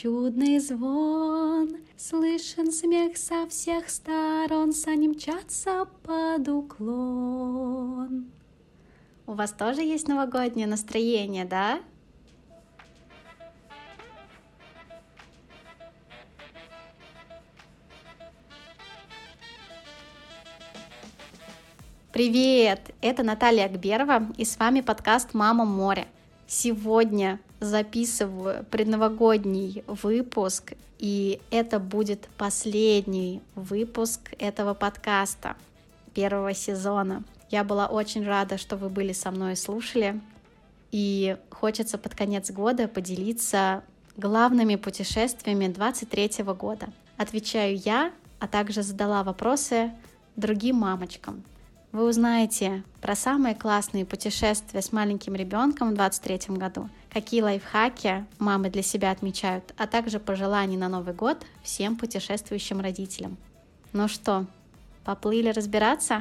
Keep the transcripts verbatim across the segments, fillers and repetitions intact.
чудный звон, слышен смех со всех сторон, сани мчатся под уклон. У вас тоже есть новогоднее настроение, да? Привет! Это Наталья Акберова, и с вами подкаст «Мама море». Сегодня записываю предновогодний выпуск, и это будет последний выпуск этого подкаста, первого сезона. Я была очень рада, что вы были со мной и слушали, и хочется под конец года поделиться главными путешествиями двадцать третьего года. Отвечаю я, а также задала вопросы другим мамочкам. Вы узнаете про самые классные путешествия с маленьким ребенком в двадцать третьем году, какие лайфхаки мамы для себя отмечают, а также пожелания на Новый год всем путешествующим родителям. Ну что, поплыли разбираться?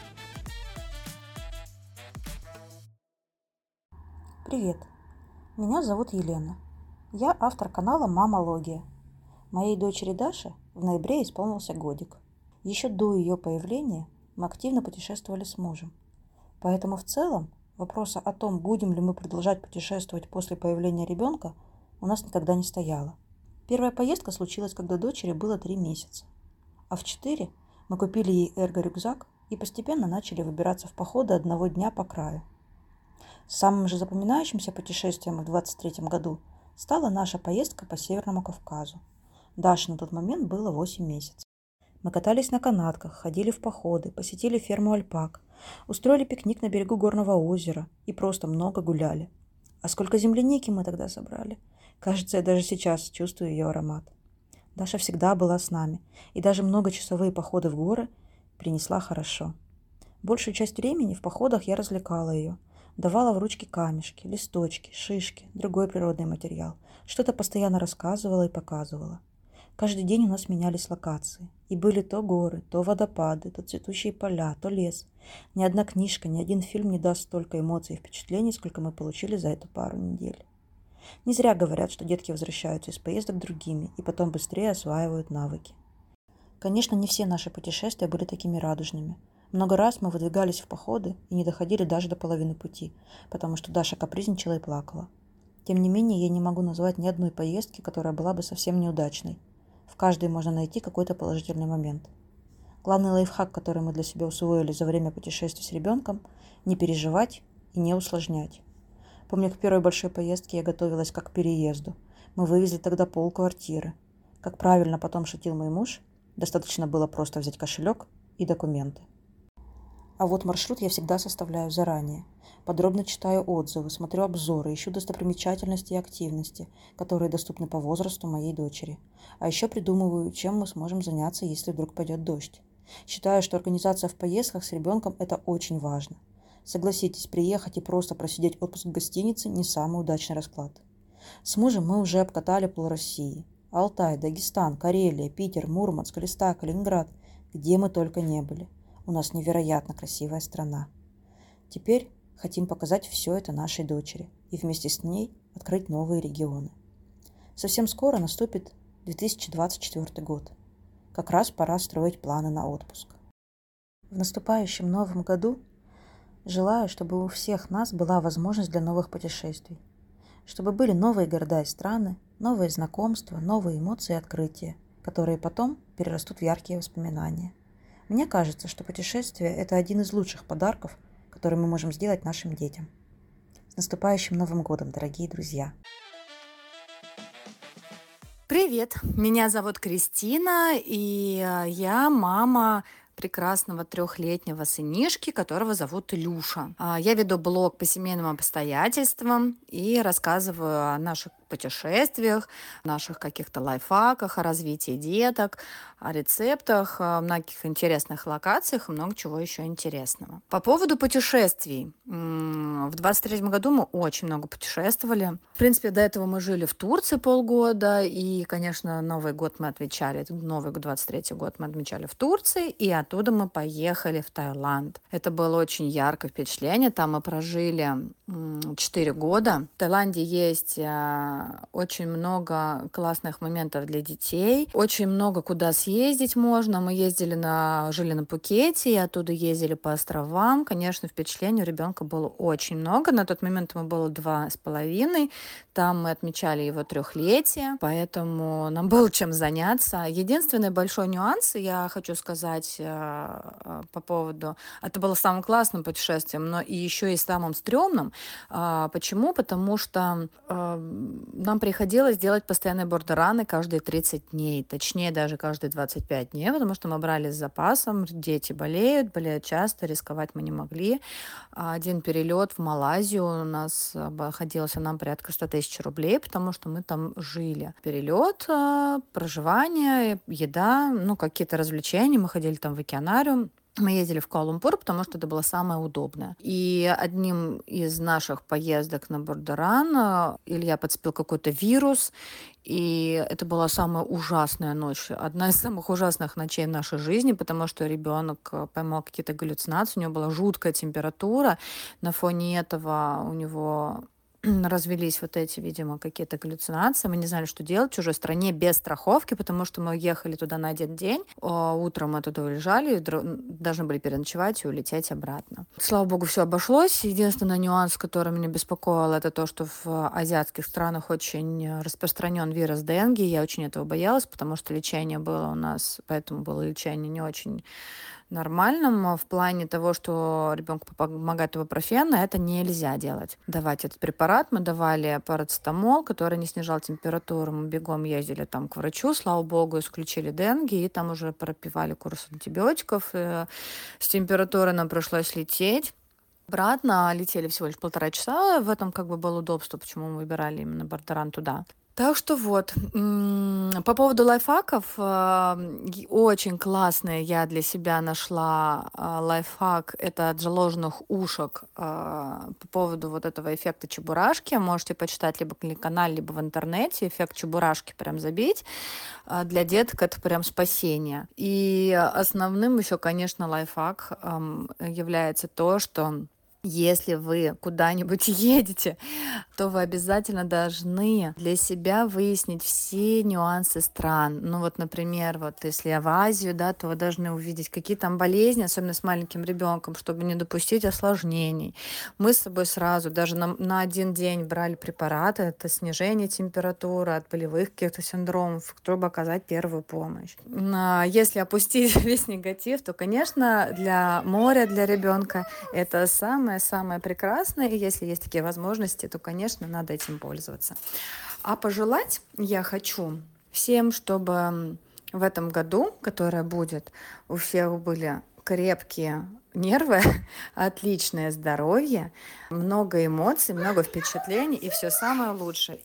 Привет, меня зовут Елена. Я автор канала «Мамология». Моей дочери Даше в ноябре исполнился годик. Еще до ее появления мы активно путешествовали с мужем. Поэтому в целом вопроса о том, будем ли мы продолжать путешествовать после появления ребенка, у нас никогда не стояло. Первая поездка случилась, когда дочери было три месяца. А в четыре мы купили ей эрго-рюкзак и постепенно начали выбираться в походы одного дня по краю. Самым же запоминающимся путешествием в двадцать третьем году стала наша поездка по Северному Кавказу. Даше на тот момент было восемь месяцев. Мы катались на канатках, ходили в походы, посетили ферму альпак, устроили пикник на берегу горного озера и просто много гуляли. А сколько земляники мы тогда собрали! Кажется, я даже сейчас чувствую ее аромат. Даша всегда была с нами, и даже многочасовые походы в горы принесла хорошо. Большую часть времени в походах я развлекала ее, давала в ручки камешки, листочки, шишки, другой природный материал, что-то постоянно рассказывала и показывала. Каждый день у нас менялись локации. И были то горы, то водопады, то цветущие поля, то лес. Ни одна книжка, ни один фильм не даст столько эмоций и впечатлений, сколько мы получили за эту пару недель. Не зря говорят, что детки возвращаются из поездок другими и потом быстрее осваивают навыки. Конечно, не все наши путешествия были такими радужными. Много раз мы выдвигались в походы и не доходили даже до половины пути, потому что Даша капризничала и плакала. Тем не менее, я не могу назвать ни одной поездки, которая была бы совсем неудачной. В каждой можно найти какой-то положительный момент. Главный лайфхак, который мы для себя усвоили за время путешествий с ребенком – не переживать и не усложнять. Помню, к первой большой поездке я готовилась как к переезду. Мы вывезли тогда полквартиры. Как правильно потом шутил мой муж, достаточно было просто взять кошелек и документы. А вот маршрут я всегда составляю заранее. Подробно читаю отзывы, смотрю обзоры, ищу достопримечательности и активности, которые доступны по возрасту моей дочери. А еще придумываю, чем мы сможем заняться, если вдруг пойдет дождь. Считаю, что организация в поездках с ребенком – это очень важно. Согласитесь, приехать и просто просидеть отпуск в гостинице – не самый удачный расклад. С мужем мы уже обкатали пол России. Алтай, Дагестан, Карелия, Питер, Мурманск, Элиста, Калининград. Где мы только не были. У нас невероятно красивая страна. Теперь хотим показать все это нашей дочери и вместе с ней открыть новые регионы. Совсем скоро наступит две тысячи двадцать четвёртый год. Как раз пора строить планы на отпуск. В наступающем новом году желаю, чтобы у всех нас была возможность для новых путешествий. Чтобы были новые города и страны, новые знакомства, новые эмоции и открытия, которые потом перерастут в яркие воспоминания. Мне кажется, что путешествие – это один из лучших подарков, который мы можем сделать нашим детям. С наступающим Новым годом, дорогие друзья! Привет, меня зовут Кристина, и я мама прекрасного трехлетнего сынишки, которого зовут Илюша. Я веду блог по семейным обстоятельствам и рассказываю о наших путешествиях, наших каких-то лайфхаках, о развитии деток, о рецептах, о многих интересных локациях и много чего еще интересного. По поводу путешествий. В двадцать третьем году мы очень много путешествовали. В принципе, до этого мы жили в Турции полгода, и, конечно, Новый год мы отмечали, Новый год, двадцать третий год мы отмечали в Турции, и оттуда мы поехали в Таиланд. Это было очень яркое впечатление. Там мы прожили четыре года. В Таиланде есть действительно очень много классных моментов для детей. Очень много куда съездить можно. Мы ездили на, жили на Пхукете, и оттуда ездили по островам. Конечно, впечатлений у ребенка было очень много. На тот момент ему было два с половиной. Там мы отмечали его трехлетие, поэтому нам было чем заняться. Единственный большой нюанс, я хочу сказать э, по поводу... Это было самым классным путешествием, но и еще и самым стрёмным. А, почему? Потому что э, нам приходилось делать постоянные бордераны каждые тридцать дней, точнее даже каждые двадцать пять дней, потому что мы брали с запасом, дети болеют, болеют часто, рисковать мы не могли. Один перелет в Малайзию у нас обходился нам порядка сто тысяч рублей, потому что мы там жили. Перелет, э, проживание, еда, ну какие-то развлечения, мы ходили там в океанариум. Мы ездили в Куала-Лумпур, потому что это было самое удобное. И одним из наших поездок на Бордеран Илья подцепил какой-то вирус, и это была самая ужасная ночь, одна из самых ужасных ночей в нашей жизни, потому что ребенок поймал какие-то галлюцинации, у него была жуткая температура, на фоне этого у него развелись вот эти, видимо, какие-то галлюцинации. Мы не знали, что делать в чужой стране без страховки, потому что мы ехали туда на один день. Утром мы туда уезжали, должны были переночевать и улететь обратно. Слава богу, все обошлось. Единственный нюанс, который меня беспокоил, это то, что в азиатских странах очень распространен вирус денге. Я очень этого боялась, потому что лечение было у нас, поэтому было лечение не очень нормальным в плане того, что ребенку помогает ибупрофен, это нельзя делать. Давать этот препарат. Мы давали парацетамол, который не снижал температуру. Мы бегом ездили там к врачу, слава богу, исключили денgue, и там уже пропивали курс антибиотиков. И с температурой нам пришлось лететь. Обратно летели всего лишь полтора часа. В этом как бы было удобство, почему мы выбирали именно Бордеран туда. Так что вот, по поводу лайфхаков, очень классный я для себя нашла лайфхак, это от заложенных ушек по поводу вот этого эффекта чебурашки. Можете почитать либо на канале, либо в интернете, эффект чебурашки прям забить. Для деток это прям спасение. И основным еще, конечно, лайфхак является то, что если вы куда-нибудь едете, то вы обязательно должны для себя выяснить все нюансы стран. Ну вот, например, вот если в Азию, да, то вы должны увидеть, какие там болезни, особенно с маленьким ребенком, чтобы не допустить осложнений. Мы с собой сразу даже на, на один день брали препараты, это снижение температуры от болевых каких-то синдромов, чтобы оказать первую помощь. Если опустить весь негатив, то, конечно, для моря, для ребенка это самое самое прекрасное, и если есть такие возможности, то, конечно, надо этим пользоваться. А пожелать я хочу всем, чтобы в этом году, которое будет, у всех были крепкие нервы, отличное здоровье, много эмоций, много впечатлений и все самое лучшее.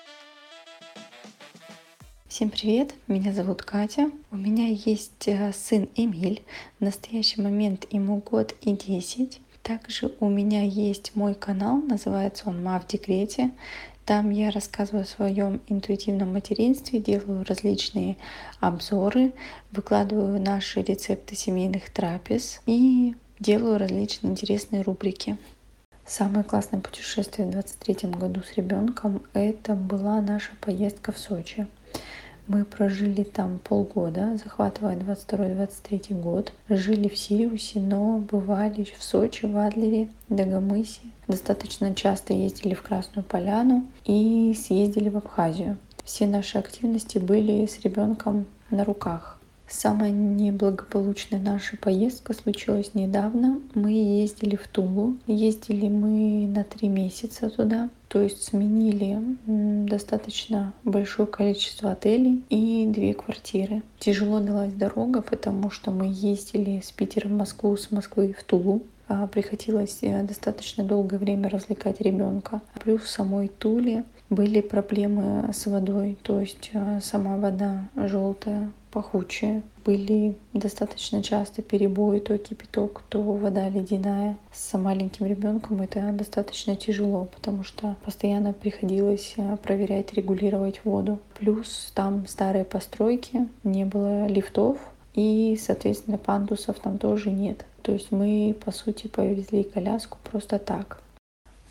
Всем привет, меня зовут Катя. У меня есть сын Эмиль, в настоящий момент ему год и десять. Также у меня есть мой канал, называется он «Ма в декрете». Там я рассказываю о своем интуитивном материнстве, делаю различные обзоры, выкладываю наши рецепты семейных трапез и делаю различные интересные рубрики. Самое классное путешествие в двадцать третьем году с ребенком — это была наша поездка в Сочи. Мы прожили там полгода, захватывая двадцать второй — двадцать третий год. Жили в Сириусе, но бывали в Сочи, в Адлере, Дагомысе. Достаточно часто ездили в Красную Поляну и съездили в Абхазию. Все наши активности были с ребенком на руках. Самая неблагополучная наша поездка случилась недавно. Мы ездили в Тулу. Ездили мы на три месяца туда. То есть сменили достаточно большое количество отелей и две квартиры. Тяжело далась дорога, потому что мы ездили с Питера в Москву, с Москвы в Тулу. Приходилось достаточно долгое время развлекать ребенка. Плюс в самой Туле были проблемы с водой, то есть сама вода желтая, пахучая. Были достаточно часто перебои, то кипяток, то вода ледяная. С маленьким ребенком это достаточно тяжело, потому что постоянно приходилось проверять, регулировать воду. Плюс там старые постройки, не было лифтов, и, соответственно, пандусов там тоже нет. То есть мы, по сути, повезли коляску просто так.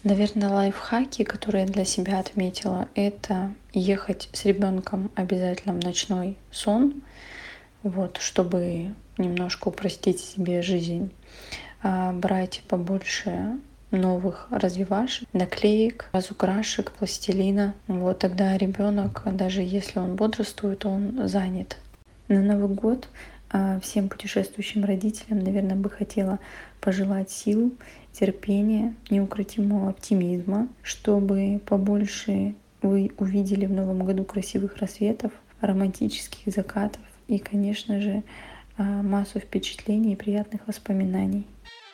Наверное, лайфхаки, которые я для себя отметила, это ехать с ребенком обязательно в ночной сон, вот, чтобы немножко упростить себе жизнь, а, брать побольше новых развивашек, наклеек, разукрашек, пластилина. Вот тогда ребенок, даже если он бодрствует, он занят. На Новый год а, всем путешествующим родителям, наверное, бы хотела пожелать сил, терпения, неукротимого оптимизма, чтобы побольше вы увидели в Новом году красивых рассветов, романтических закатов и, конечно же, а, массу впечатлений и приятных воспоминаний.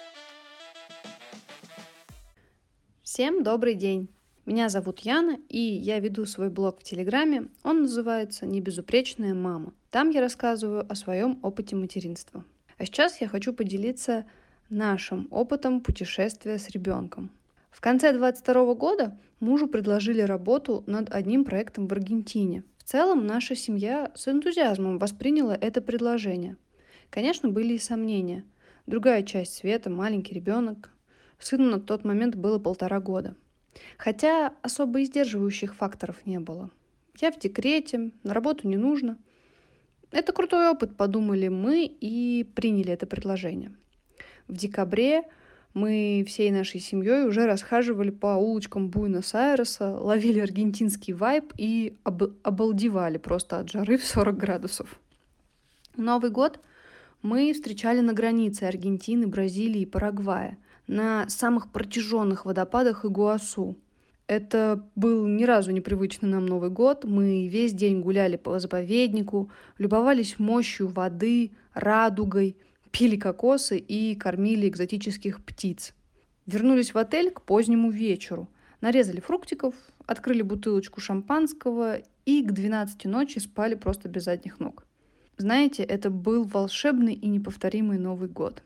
Всем добрый день! Меня зовут Яна, и я веду свой блог в Телеграме. Он называется «Небезупречная мама». Там я рассказываю о своем опыте материнства. А сейчас я хочу поделиться нашим опытом путешествия с ребенком. В конце двадцать второго года мужу предложили работу над одним проектом в Аргентине. В целом наша семья с энтузиазмом восприняла это предложение. Конечно, были и сомнения. Другая часть света, маленький ребенок. Сыну на тот момент было полтора года. Хотя особо сдерживающих факторов не было. Я в декрете, на работу не нужно. Это крутой опыт, подумали мы и приняли это предложение. В декабре мы всей нашей семьей уже расхаживали по улочкам Буэнос-Айреса, ловили аргентинский вайб и об- обалдевали просто от жары в сорок градусов. Новый год мы встречали на границе Аргентины, Бразилии и Парагвая, на самых протяженных водопадах Игуасу. Это был ни разу непривычный нам Новый год. Мы весь день гуляли по заповеднику, любовались мощью воды, радугой, пили кокосы и кормили экзотических птиц. Вернулись в отель к позднему вечеру. Нарезали фруктиков, открыли бутылочку шампанского и к двенадцати ночи спали просто без задних ног. Знаете, это был волшебный и неповторимый Новый год.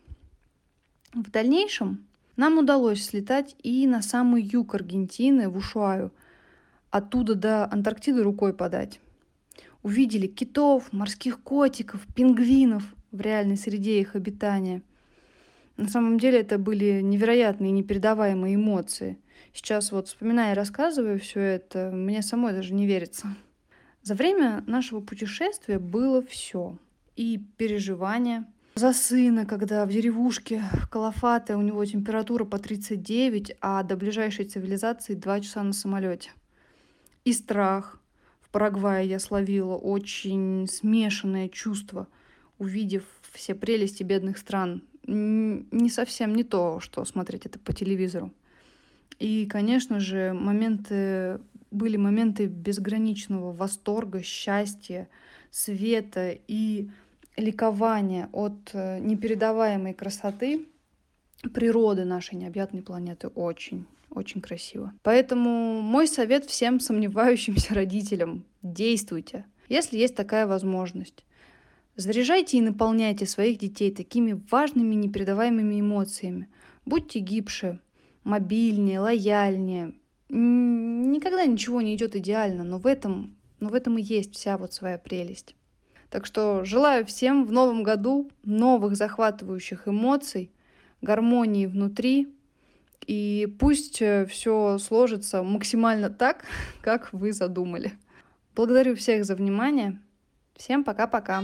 В дальнейшем нам удалось слетать и на самый юг Аргентины, в Ушуаю. Оттуда до Антарктиды рукой подать. Увидели китов, морских котиков, пингвинов в реальной среде их обитания. На самом деле это были невероятные, непередаваемые эмоции. Сейчас вот вспоминая и рассказывая все это, мне самой даже не верится. За время нашего путешествия было все. И переживания за сына, когда в деревушке Калафате у него температура по тридцать девять, а до ближайшей цивилизации два часа на самолете. И страх. В Парагвае я словила очень смешанное чувство, увидев все прелести бедных стран. Не совсем не то, что смотреть это по телевизору. И, конечно же, моменты, были моменты безграничного восторга, счастья, света и ликования от непередаваемой красоты природы нашей необъятной планеты. Очень, очень красиво. Поэтому мой совет всем сомневающимся родителям: действуйте, если есть такая возможность. Заряжайте и наполняйте своих детей такими важными, непередаваемыми эмоциями. Будьте гибче, мобильнее, лояльнее. Никогда ничего не идет идеально, но в этом, но в этом и есть вся вот своя прелесть. Так что желаю всем в новом году новых захватывающих эмоций, гармонии внутри, и пусть все сложится максимально так, как вы задумали. Благодарю всех за внимание. Всем пока-пока.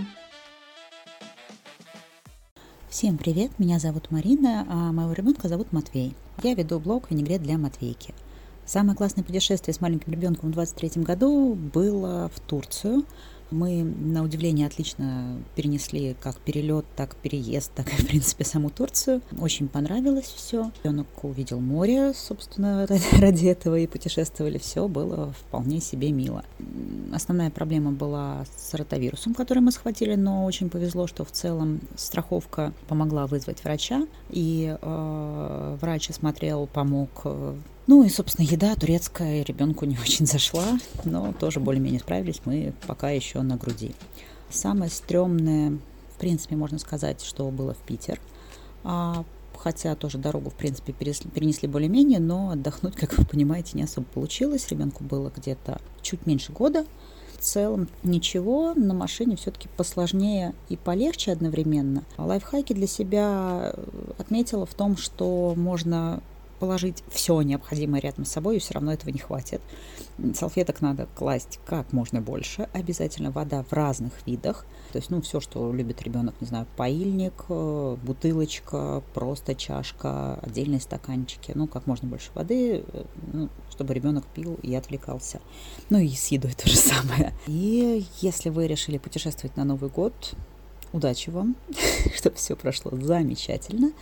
Всем привет, меня зовут Марина, а моего ребенка зовут Матвей. Я веду блог «Винегрет для Матвейки». Самое классное путешествие с маленьким ребенком в двадцать третьем году было в Турцию. Мы, на удивление, отлично перенесли как перелет, так переезд, так и, в принципе, саму Турцию. Очень понравилось все. Ребенок увидел море, собственно, ради этого и путешествовали. Все было вполне себе мило. Основная проблема была с ротавирусом, который мы схватили, но очень повезло, что в целом страховка помогла вызвать врача. И э, врач осмотрел, помог. Ну и, собственно, еда турецкая ребенку не очень зашла, но тоже более-менее справились, мы пока еще на груди. Самое стрёмное, в принципе, можно сказать, что было в Питер. А, хотя тоже дорогу, в принципе, перенесли более-менее, но отдохнуть, как вы понимаете, не особо получилось. Ребенку было где-то чуть меньше года. В целом ничего, на машине все-таки посложнее и полегче одновременно. Лайфхаки для себя отметила в том, что можно положить все необходимое рядом с собой, и все равно этого не хватит. Салфеток надо класть как можно больше. Обязательно вода в разных видах. То есть, ну, все, что любит ребенок, не знаю, поильник, бутылочка, просто чашка, отдельные стаканчики. Ну, как можно больше воды, ну, чтобы ребенок пил и отвлекался. Ну, и с едой то же самое. И если вы решили путешествовать на Новый год, удачи вам, чтобы все прошло замечательно.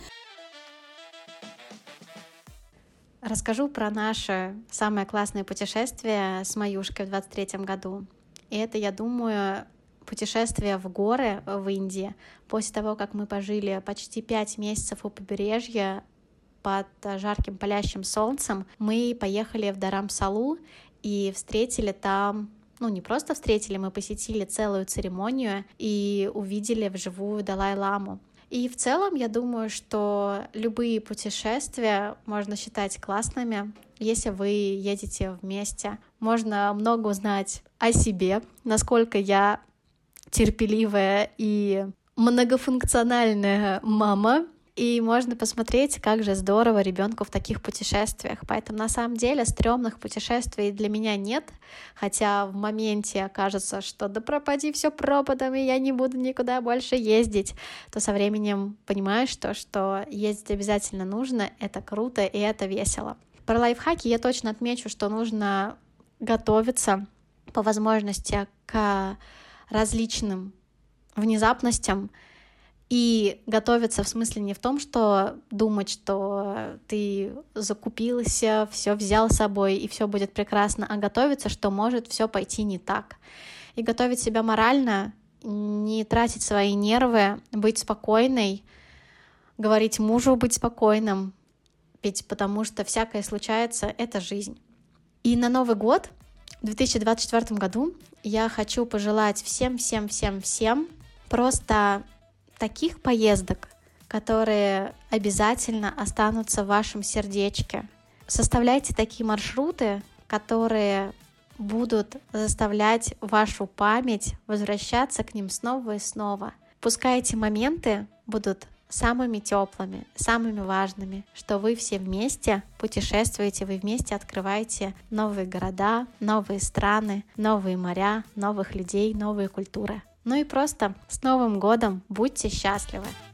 Расскажу про наше самое классное путешествие с Маюшкой в двадцать третьем году. И это, я думаю, путешествие в горы в Индии. После того, как мы пожили почти пять месяцев у побережья под жарким палящим солнцем, мы поехали в Dharamsala и встретили там, ну не просто встретили, мы посетили целую церемонию и увидели вживую Далай-ламу. И в целом, я думаю, что любые путешествия можно считать классными, если вы едете вместе. Можно много узнать о себе, насколько я терпеливая и многофункциональная мама. И можно посмотреть, как же здорово ребенку в таких путешествиях. Поэтому на самом деле стрёмных путешествий для меня нет, хотя в моменте кажется, что да пропади все пропадом, и я не буду никуда больше ездить, то со временем понимаешь то, что ездить обязательно нужно, это круто и это весело. Про лайфхаки я точно отмечу, что нужно готовиться по возможности к различным внезапностям, и готовиться в смысле не в том, что думать, что ты закупился, все взял с собой и все будет прекрасно, а готовиться, что может все пойти не так. И готовить себя морально, не тратить свои нервы, быть спокойной, говорить мужу быть спокойным, ведь потому что всякое случается, это жизнь. И на Новый год в две тысячи двадцать четвёртом году я хочу пожелать всем-всем-всем-всем просто таких поездок, которые обязательно останутся в вашем сердечке. Составляйте такие маршруты, которые будут заставлять вашу память возвращаться к ним снова и снова. Пускай эти моменты будут самыми теплыми, самыми важными, что вы все вместе путешествуете, вы вместе открываете новые города, новые страны, новые моря, новых людей, новые культуры. Ну и просто с Новым годом будьте счастливы!